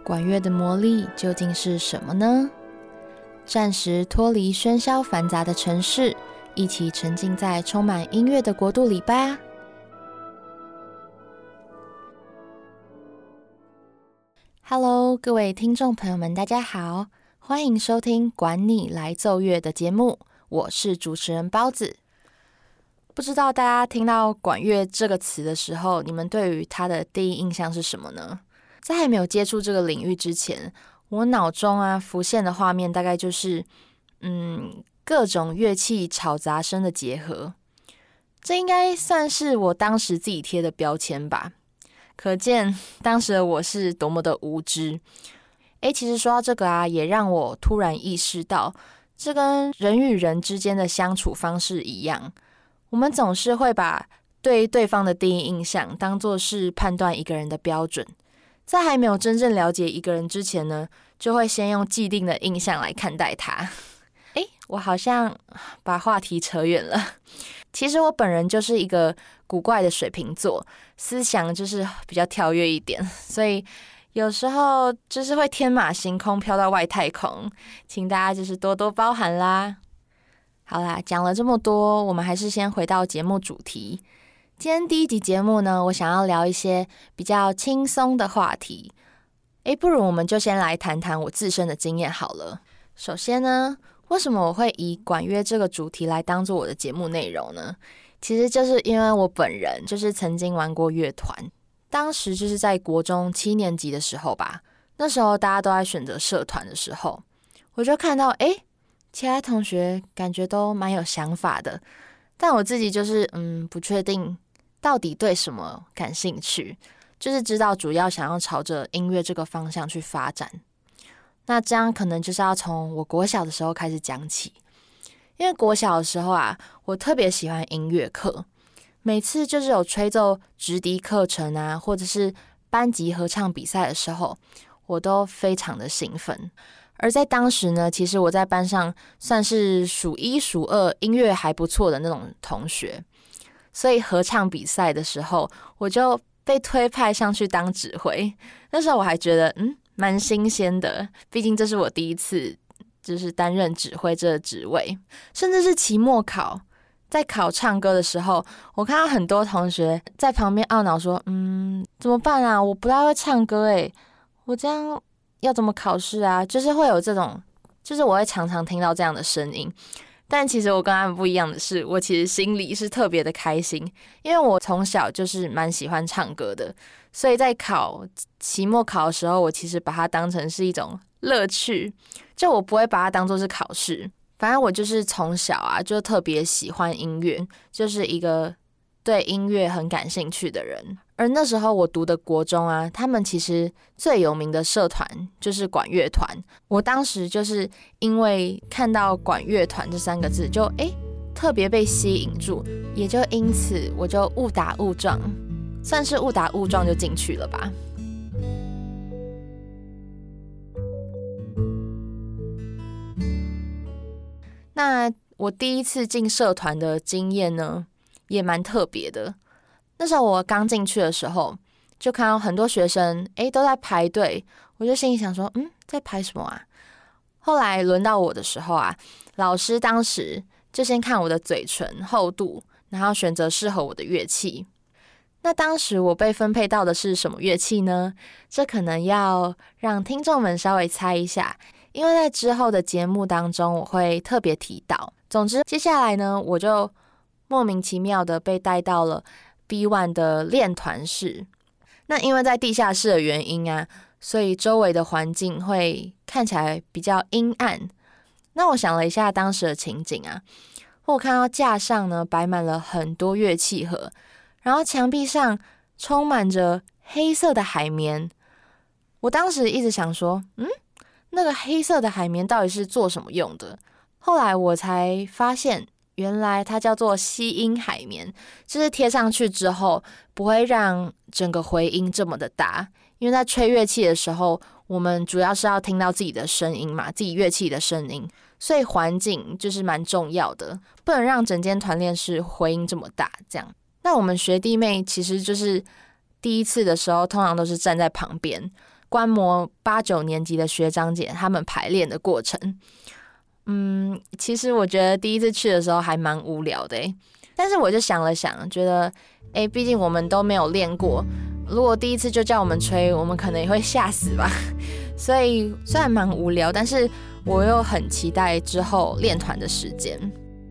管乐的魔力究竟是什么呢？暂时脱离喧嚣繁杂的城市，一起沉浸在充满音乐的国度里吧。Hello， 各位听众朋友们，大家好，欢迎收听《管你来奏乐》的节目，我是主持人包子。不知道大家听到管乐这个词的时候，你们对于它的第一印象是什么呢？在还没有接触这个领域之前，我脑中浮现的画面大概就是各种乐器吵杂声的结合。这应该算是我当时自己贴的标签吧，可见当时的我是多么的无知。其实说到这个也让我突然意识到，这跟人与人之间的相处方式一样，我们总是会把对对方的第一印象当作是判断一个人的标准。在还没有真正了解一个人之前呢，就会先用既定的印象来看待他。我好像把话题扯远了。其实我本人就是一个古怪的水瓶座，思想就是比较跳跃一点，所以有时候就是会天马行空飘到外太空，请大家就是多多包涵啦。好啦，讲了这么多，我们还是先回到节目主题。今天第一集节目呢，我想要聊一些比较轻松的话题。不如我们就先来谈谈我自身的经验好了。首先呢，为什么我会以管乐这个主题来当做我的节目内容呢？其实就是因为我本人就是曾经玩过乐团，当时就是在国中7年级的时候吧，那时候大家都在选择社团的时候，我就看到其他同学感觉都蛮有想法的，但我自己就是不确定到底对什么感兴趣，就是知道主要想要朝着音乐这个方向去发展。那这样可能就是要从我国小的时候开始讲起，因为国小的时候我特别喜欢音乐课，每次就是有吹奏直笛课程或者是班级合唱比赛的时候，我都非常的兴奋。而在当时呢，其实我在班上算是数1数2音乐还不错的那种同学，所以合唱比赛的时候，我就被推派上去当指挥。那时候我还觉得蛮新鲜的，毕竟这是我第一次就是担任指挥这个职位。甚至是期末考，在考唱歌的时候，我看到很多同学在旁边懊恼说怎么办啊，我不太会唱歌我这样要怎么考试啊？就是会有这种，就是我会常常听到这样的声音。但其实我跟他们不一样的是，我其实心里是特别的开心，因为我从小就是蛮喜欢唱歌的，所以在考期末考的时候，我其实把它当成是一种乐趣，就我不会把它当作是考试。反正我就是从小就特别喜欢音乐，就是一个对音乐很感兴趣的人。而那时候我读的国中他们其实最有名的社团就是管乐团。我当时就是因为看到管乐团这3个字，就特别被吸引住，也就因此我就误打误撞，算是误打误撞就进去了吧。那我第一次进社团的经验呢，也蛮特别的。那时候我刚进去的时候，就看到很多学生都在排队，我就心里想说在排什么啊？后来轮到我的时候老师当时就先看我的嘴唇厚度，然后选择适合我的乐器。那当时我被分配到的是什么乐器呢？这可能要让听众们稍微猜一下，因为在之后的节目当中我会特别提到。总之接下来呢，我就莫名其妙的被带到了 B1 的练团室。那因为在地下室的原因所以周围的环境会看起来比较阴暗。那我想了一下当时的情景我看到架上呢摆满了很多乐器盒，然后墙壁上充满着黑色的海绵。我当时一直想说那个黑色的海绵到底是做什么用的？后来我才发现，原来它叫做吸音海绵，就是贴上去之后不会让整个回音这么的大。因为在吹乐器的时候，我们主要是要听到自己的声音嘛，自己乐器的声音，所以环境就是蛮重要的，不能让整间团练室回音这么大这样。那我们学弟妹其实就是第一次的时候通常都是站在旁边， 观摩8、9年级的学长姐他们排练的过程。其实我觉得第一次去的时候还蛮无聊的但是我就想了想，觉得毕竟我们都没有练过，如果第一次就叫我们吹，我们可能也会吓死吧。所以虽然蛮无聊，但是我又很期待之后练团的时间。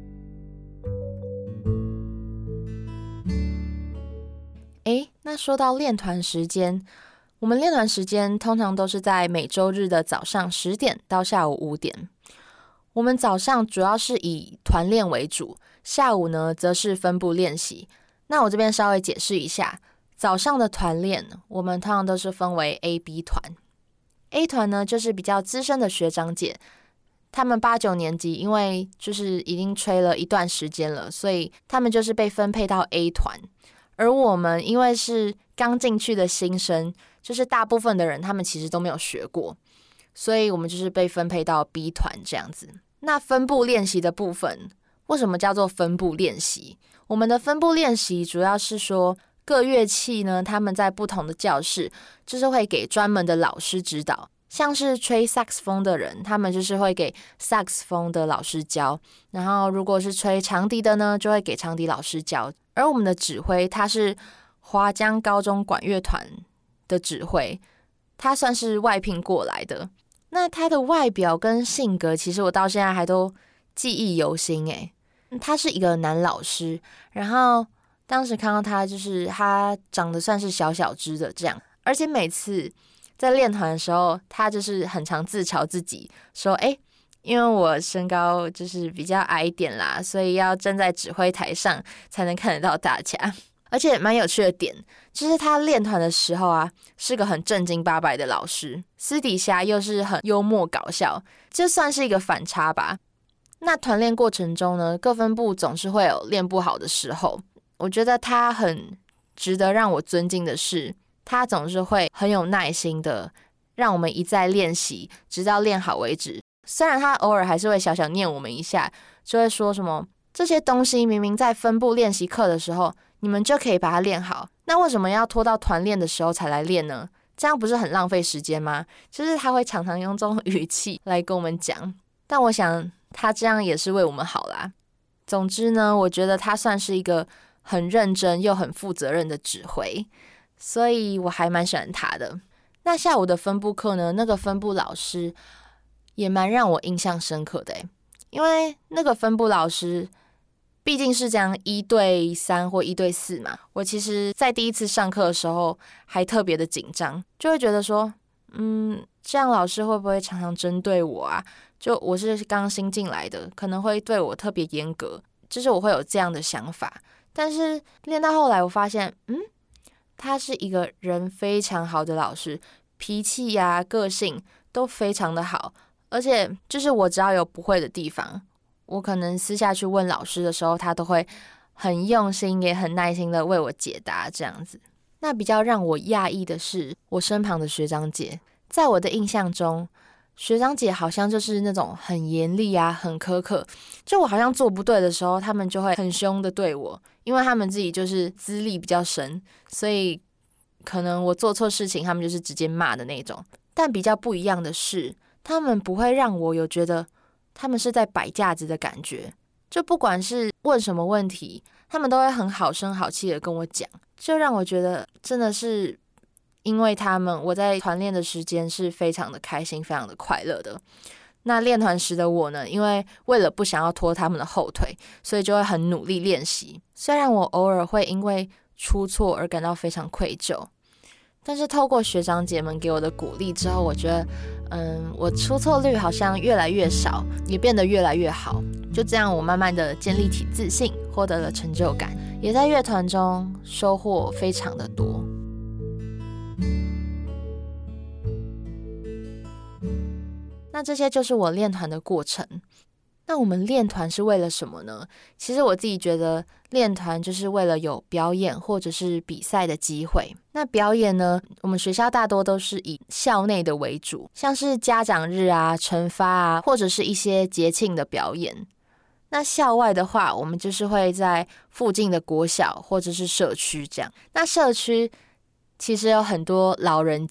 那说到练团时间，我们练团时间通常都是在每周日的早上10点到下午5点。我们早上主要是以团练为主，下午呢则是分部练习。那我这边稍微解释一下，早上的团练我们通常都是分为 A、B 团。A 团呢就是比较资深的学长姐，他们8、9年级因为就是已经吹了一段时间了，所以他们就是被分配到 A 团。而我们因为是刚进去的新生，就是大部分的人他们其实都没有学过，所以我们就是被分配到 B 团这样子。那分部练习的部分，为什么叫做分部练习？我们的分部练习主要是说各乐器呢，他们在不同的教室就是会给专门的老师指导，像是吹萨克斯风的人，他们就是会给萨克斯风的老师教，然后如果是吹长笛的呢，就会给长笛老师教。而我们的指挥他是华江高中管乐团的指挥，他算是外聘过来的。那他的外表跟性格其实我到现在还都记忆犹新他是一个男老师，然后当时看到他就是他长得算是小小只的这样，而且每次在练团的时候他就是很常自嘲自己说因为我身高就是比较矮一点啦，所以要站在指挥台上才能看得到大家。而且蛮有趣的点就是他练团的时候啊，是个很正经八百的老师，私底下又是很幽默搞笑，这算是一个反差吧。那团练过程中呢，各分部总是会有练不好的时候，我觉得他很值得让我尊敬的是，他总是会很有耐心的让我们一再练习，直到练好为止。虽然他偶尔还是会小小念我们一下，就会说什么这些东西明明在分部练习课的时候你们就可以把它练好，那为什么要拖到团练的时候才来练呢？这样不是很浪费时间吗？就是他会常常用这种语气来跟我们讲，但我想他这样也是为我们好啦。总之呢，我觉得他算是一个很认真又很负责任的指挥，所以我还蛮喜欢他的。那下午的分部课呢，那个分部老师也蛮让我印象深刻的因为那个分部老师毕竟是这样1对3或1对4嘛，我其实在第一次上课的时候还特别的紧张，就会觉得说这样老师会不会常常针对我啊？就我是刚新进来的，可能会对我特别严格，就是我会有这样的想法。但是练到后来我发现他是一个人非常好的老师，脾气呀个性都非常的好，而且就是我只要有不会的地方，我可能私下去问老师的时候，他都会很用心也很耐心的为我解答这样子。那比较让我讶异的是我身旁的学长姐，在我的印象中学长姐好像就是那种很严厉啊很苛刻，就我好像做不对的时候他们就会很凶的对我，因为他们自己就是资历比较深，所以可能我做错事情他们就是直接骂的那种。但比较不一样的是，他们不会让我有觉得他们是在摆架子的感觉，就不管是问什么问题，他们都会很好声好气的跟我讲，就让我觉得真的是因为他们，我在团练的时间是非常的开心非常的快乐的。那练团时的我呢，因为为了不想要拖他们的后腿，所以就会很努力练习，虽然我偶尔会因为出错而感到非常愧疚，但是透过学长姐们给我的鼓励之后，我觉得我出错率好像越来越少，也变得越来越好。就这样我慢慢的建立起自信，获得了成就感，也在乐团中收获非常的多。那这些就是我练团的过程。那我们练团是为了什么呢？其实我自己觉得练团就是为了有表演或者是比赛的机会。那表演呢，我们学校大多都是以校内的为主，像是家长日啊、惩罚啊，或者是一些节庆的表演。那校外的话，我们就是会在附近的国小或者是社区这样。那社区其实有很多老人家，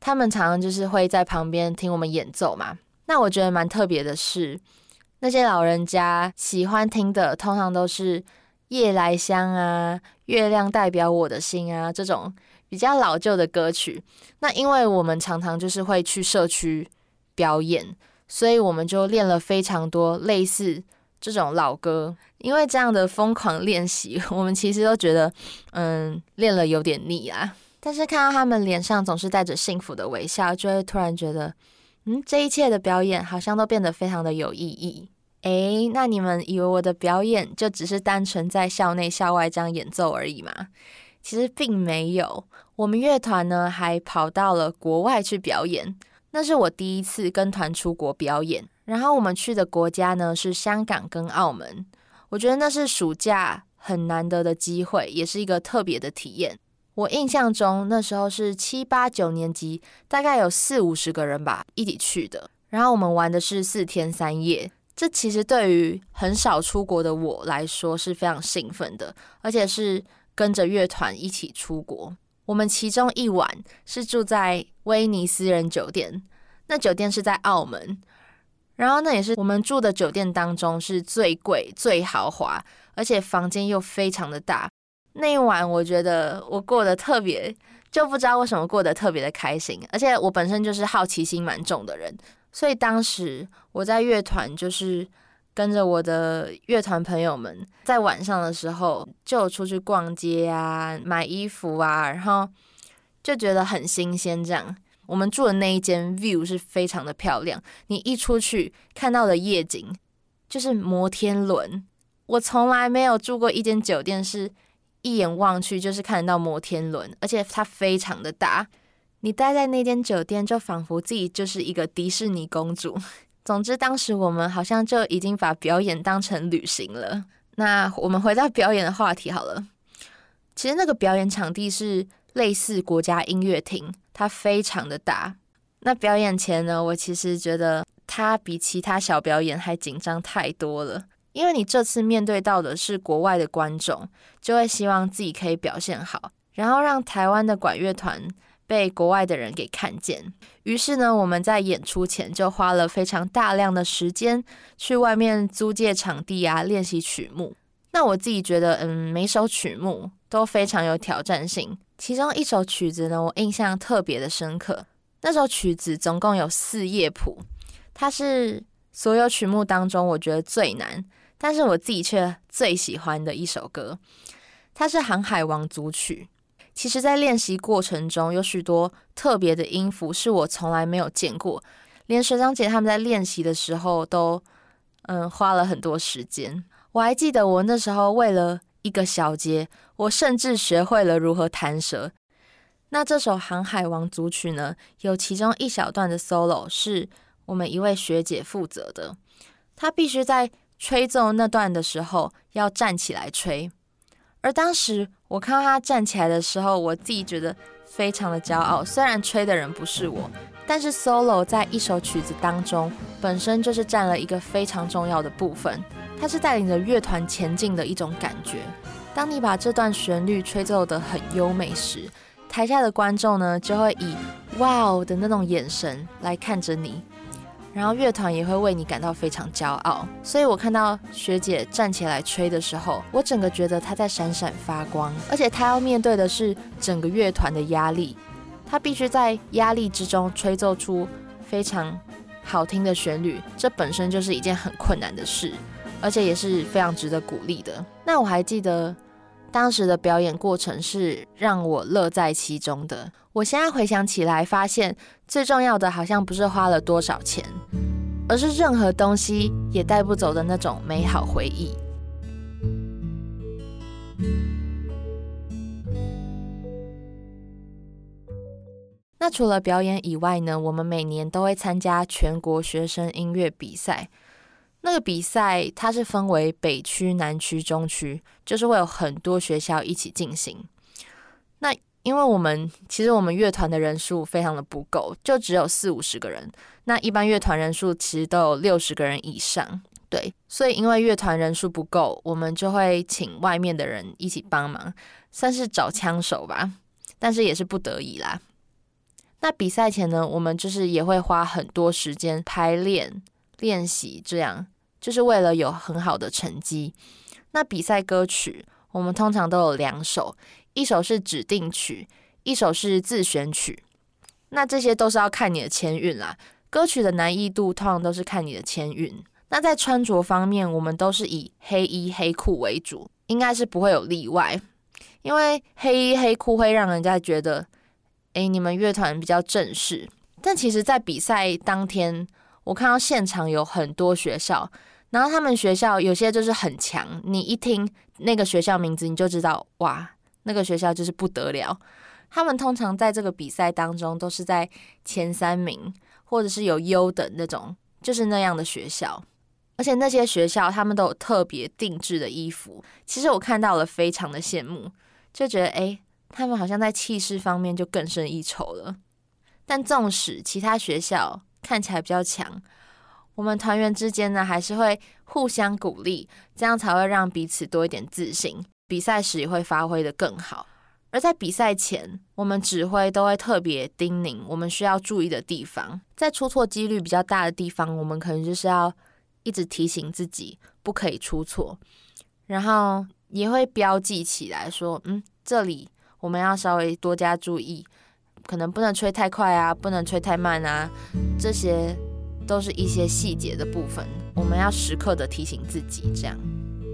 他们常常就是会在旁边听我们演奏嘛。那我觉得蛮特别的是，那些老人家喜欢听的通常都是夜来香啊、月亮代表我的心啊这种比较老旧的歌曲。那因为我们常常就是会去社区表演，所以我们就练了非常多类似这种老歌。因为这样的疯狂练习，我们其实都觉得练了有点腻啊。但是看到他们脸上总是带着幸福的微笑，就会突然觉得这一切的表演好像都变得非常的有意义。那你们以为我的表演就只是单纯在校内校外这样演奏而已吗？其实并没有，我们乐团呢还跑到了国外去表演。那是我第一次跟团出国表演，然后我们去的国家呢是香港跟澳门。我觉得那是暑假很难得的机会，也是一个特别的体验。我印象中那时候是7、8、9年级，大概有40-50个人吧一起去的，然后我们玩的是4天3夜。这其实对于很少出国的我来说是非常兴奋的，而且是跟着乐团一起出国。我们其中一晚是住在威尼斯人酒店，那酒店是在澳门，然后那也是我们住的酒店当中是最贵最豪华，而且房间又非常的大。那一晚我觉得我过得特别，就不知道为什么过得特别的开心，而且我本身就是好奇心蛮重的人，所以当时我在乐团就是跟着我的乐团朋友们，在晚上的时候就有出去逛街啊、买衣服啊，然后就觉得很新鲜这样。我们住的那一间 view 是非常的漂亮，你一出去看到的夜景就是摩天轮。我从来没有住过一间酒店是一眼望去就是看得到摩天轮，而且它非常的大。你待在那间酒店就仿佛自己就是一个迪士尼公主。总之当时我们好像就已经把表演当成旅行了。那我们回到表演的话题好了。其实那个表演场地是类似国家音乐厅，它非常的大。那表演前呢，我其实觉得它比其他小表演还紧张太多了。因为你这次面对到的是国外的观众，就会希望自己可以表现好，然后让台湾的管乐团被国外的人给看见。于是呢，我们在演出前就花了非常大量的时间去外面租借场地啊，练习曲目。那我自己觉得每首曲目都非常有挑战性。其中一首曲子呢，我印象特别的深刻。那首曲子总共有4页谱，它是所有曲目当中我觉得最难，但是我自己却最喜欢的一首歌。它是《航海王》组曲。其实在练习过程中有许多特别的音符是我从来没有见过，连学长姐他们在练习的时候都花了很多时间。我还记得我那时候为了一个小节，我甚至学会了如何弹舌。那这首《航海王》组曲呢，有其中一小段的 solo 是我们一位学姐负责的，她必须在吹奏那段的时候要站起来吹。而当时我看到她站起来的时候，我自己觉得非常的骄傲。虽然吹的人不是我，但是 solo 在一首曲子当中本身就是占了一个非常重要的部分，它是带领着乐团前进的一种感觉。当你把这段旋律吹奏得很优美时，台下的观众呢就会以哇哦的那种眼神来看着你，然后乐团也会为你感到非常骄傲。所以我看到学姐站起来吹的时候，我整个觉得她在闪闪发光，而且她要面对的是整个乐团的压力，她必须在压力之中吹奏出非常好听的旋律，这本身就是一件很困难的事，而且也是非常值得鼓励的。那我还记得当时的表演过程是让我乐在其中的。我现在回想起来发现，最重要的好像不是花了多少钱，而是任何东西也带不走的那种美好回忆。那除了表演以外呢，我们每年都会参加全国学生音乐比赛。那个比赛它是分为北区、南区、中区，就是会有很多学校一起进行。那因为其实我们乐团的人数非常的不够，就只有40-50个人。那一般乐团人数其实都有60个人以上，对，所以因为乐团人数不够，我们就会请外面的人一起帮忙，算是找枪手吧，但是也是不得已啦。 那比赛前呢，我们就是也会花很多时间排练、练习，这样就是为了有很好的成绩。那比赛歌曲我们通常都有2首，一首是指定曲，一首是自选曲。那这些都是要看你的签运啦，歌曲的难易度通常都是看你的签运。那在穿着方面，我们都是以黑衣黑裤为主，应该是不会有例外，因为黑衣黑裤会让人家觉得你们乐团比较正式。但其实在比赛当天，我看到现场有很多学校，然后他们学校有些就是很强，你一听那个学校名字你就知道，哇，那个学校就是不得了。他们通常在这个比赛当中都是在前3名，或者是有优等那种，就是那样的学校。而且那些学校他们都有特别定制的衣服，其实我看到了非常的羡慕，就觉得他们好像在气势方面就更胜一筹了。但纵使其他学校看起来比较强，我们团员之间呢还是会互相鼓励，这样才会让彼此多一点自信，比赛时也会发挥得更好。而在比赛前，我们指挥都会特别叮咛我们需要注意的地方，在出错几率比较大的地方，我们可能就是要一直提醒自己不可以出错，然后也会标记起来说这里我们要稍微多加注意，可能不能吹太快啊，不能吹太慢啊，这些都是一些细节的部分，我们要时刻的提醒自己这样。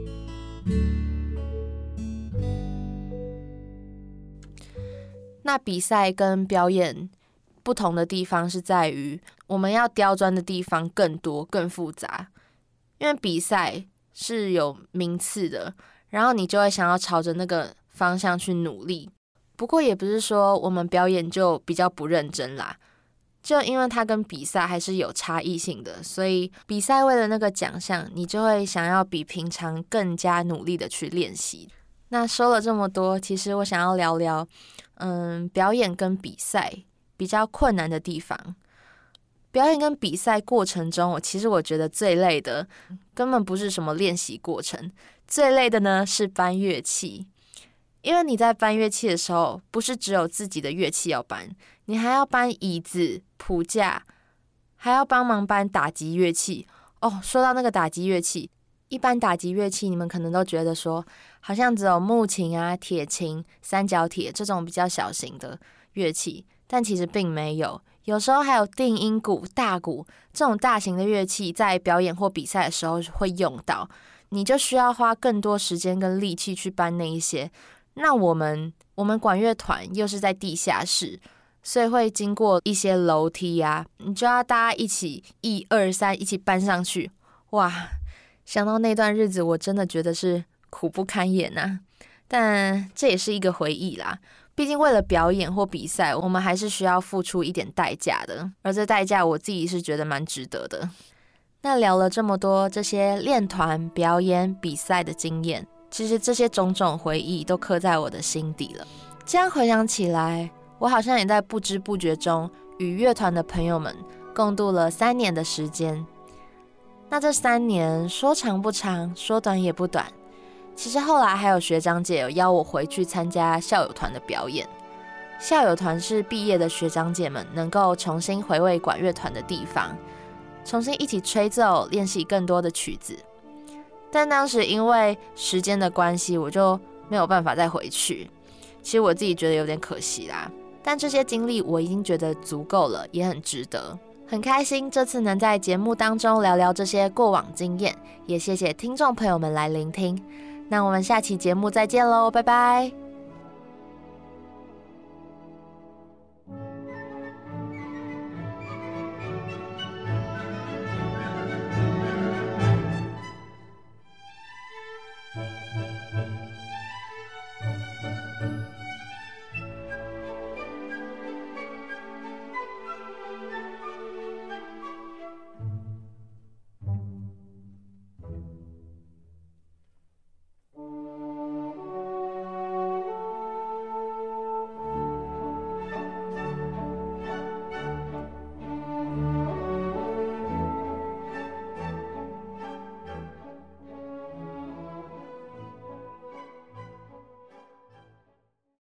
那比赛跟表演不同的地方是在于，我们要刁钻的地方更多更复杂，因为比赛是有名次的，然后你就会想要朝着那个方向去努力。不过也不是说我们表演就比较不认真啦，就因为它跟比赛还是有差异性的，所以比赛为了那个奖项，你就会想要比平常更加努力的去练习。那说了这么多，其实我想要聊聊表演跟比赛比较困难的地方。表演跟比赛过程中，其实我觉得最累的根本不是什么练习过程，最累的呢是搬乐器。因为你在搬乐器的时候，不是只有自己的乐器要搬，你还要搬椅子、谱架，还要帮忙搬打击乐器。说到那个打击乐器，一般打击乐器你们可能都觉得说好像只有木琴啊、铁琴、三角铁这种比较小型的乐器，但其实并没有，有时候还有定音鼓、大鼓这种大型的乐器，在表演或比赛的时候会用到，你就需要花更多时间跟力气去搬那一些。那我们管乐团又是在地下室，所以会经过一些楼梯啊，你就要大家一起1、2、3一起搬上去。哇，想到那段日子，我真的觉得是苦不堪言啊。但这也是一个回忆啦，毕竟为了表演或比赛，我们还是需要付出一点代价的，而这代价我自己是觉得蛮值得的。那聊了这么多这些练团、表演、比赛的经验，其实这些种种回忆都刻在我的心底了。这样回想起来，我好像也在不知不觉中与乐团的朋友们共度了3年的时间。那这3年说长不长，说短也不短。其实后来还有学长姐有邀我回去参加校友团的表演。校友团是毕业的学长姐们能够重新回味管乐团的地方，重新一起吹奏，练习更多的曲子。但当时因为时间的关系，我就没有办法再回去。其实我自己觉得有点可惜啦，但这些经历我已经觉得足够了，也很值得。很开心这次能在节目当中聊聊这些过往经验，也谢谢听众朋友们来聆听。那我们下期节目再见喽，拜拜。